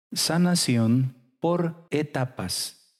Sanación por etapas.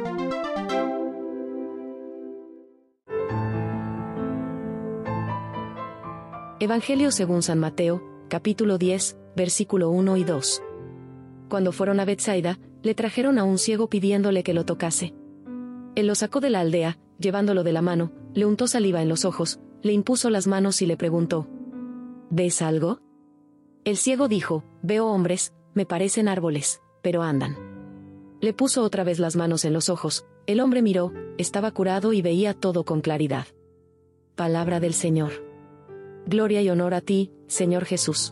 Evangelio según San Mateo, capítulo 10, versículo 1 y 2. Cuando fueron a Betsaida, le trajeron a un ciego pidiéndole que lo tocase. Él lo sacó de la aldea, llevándolo de la mano, le untó saliva en los ojos, le impuso las manos y le preguntó: ¿Ves algo? El ciego dijo: Veo hombres, me parecen árboles, pero andan. Le puso otra vez las manos en los ojos, el hombre miró, estaba curado y veía todo con claridad. Palabra del Señor. Gloria y honor a ti, Señor Jesús.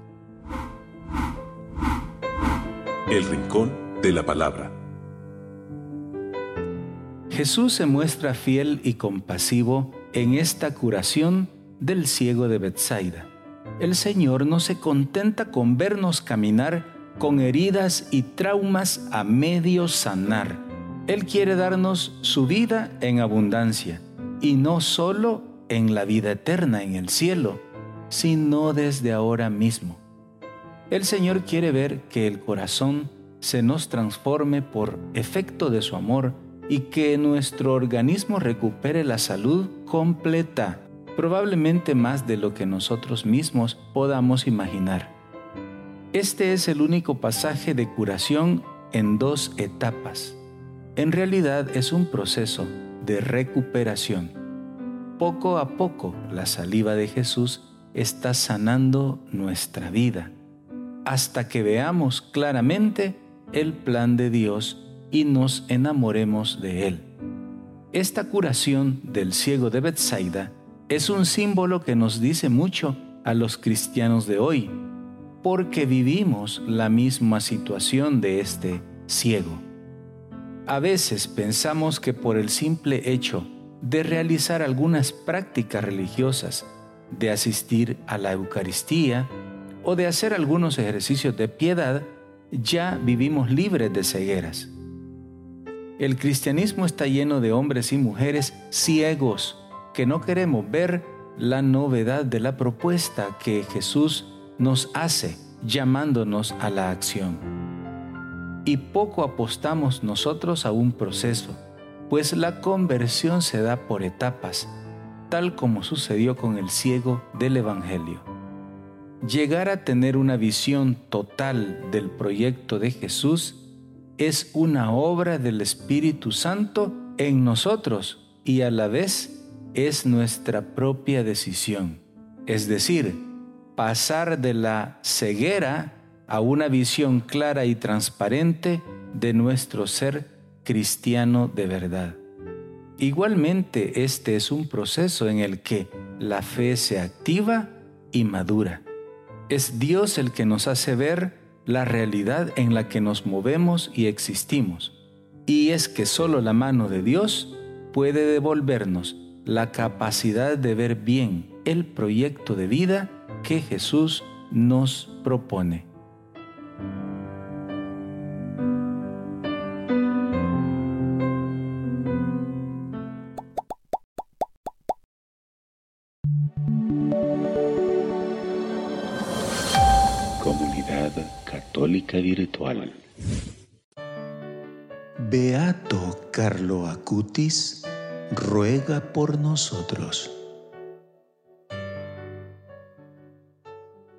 El rincón de la palabra. Jesús se muestra fiel y compasivo en esta curación del ciego de Betsaida. El Señor no se contenta con vernos caminar con heridas y traumas a medio sanar. Él quiere darnos su vida en abundancia, y no solo en la vida eterna en el cielo, sino desde ahora mismo. El Señor quiere ver que el corazón se nos transforme por efecto de su amor y que nuestro organismo recupere la salud completa, probablemente más de lo que nosotros mismos podamos imaginar. Este es el único pasaje de curación en 2 etapas. En realidad es un proceso de recuperación. Poco a poco la saliva de Jesús está sanando nuestra vida, hasta que veamos claramente el plan de Dios y nos enamoremos de Él. Esta curación del ciego de Betsaida es un símbolo que nos dice mucho a los cristianos de hoy, porque vivimos la misma situación de este ciego. A veces pensamos que por el simple hecho de realizar algunas prácticas religiosas, de asistir a la Eucaristía o de hacer algunos ejercicios de piedad, ya vivimos libres de cegueras. El cristianismo está lleno de hombres y mujeres ciegos que no queremos ver la novedad de la propuesta que Jesús nos hace, llamándonos a la acción. Y poco apostamos nosotros a un proceso, pues la conversión se da por etapas, tal como sucedió con el ciego del Evangelio. Llegar a tener una visión total del proyecto de Jesús es una obra del Espíritu Santo en nosotros y a la vez es nuestra propia decisión. Es decir, pasar de la ceguera a una visión clara y transparente de nuestro ser cristiano de verdad. Igualmente, este es un proceso en el que la fe se activa y madura. Es Dios el que nos hace ver la realidad en la que nos movemos y existimos. Y es que solo la mano de Dios puede devolvernos la capacidad de ver bien el proyecto de vida que Jesús nos propone. Comunidad Católica Virtual. Beato Carlo Acutis ruega por nosotros.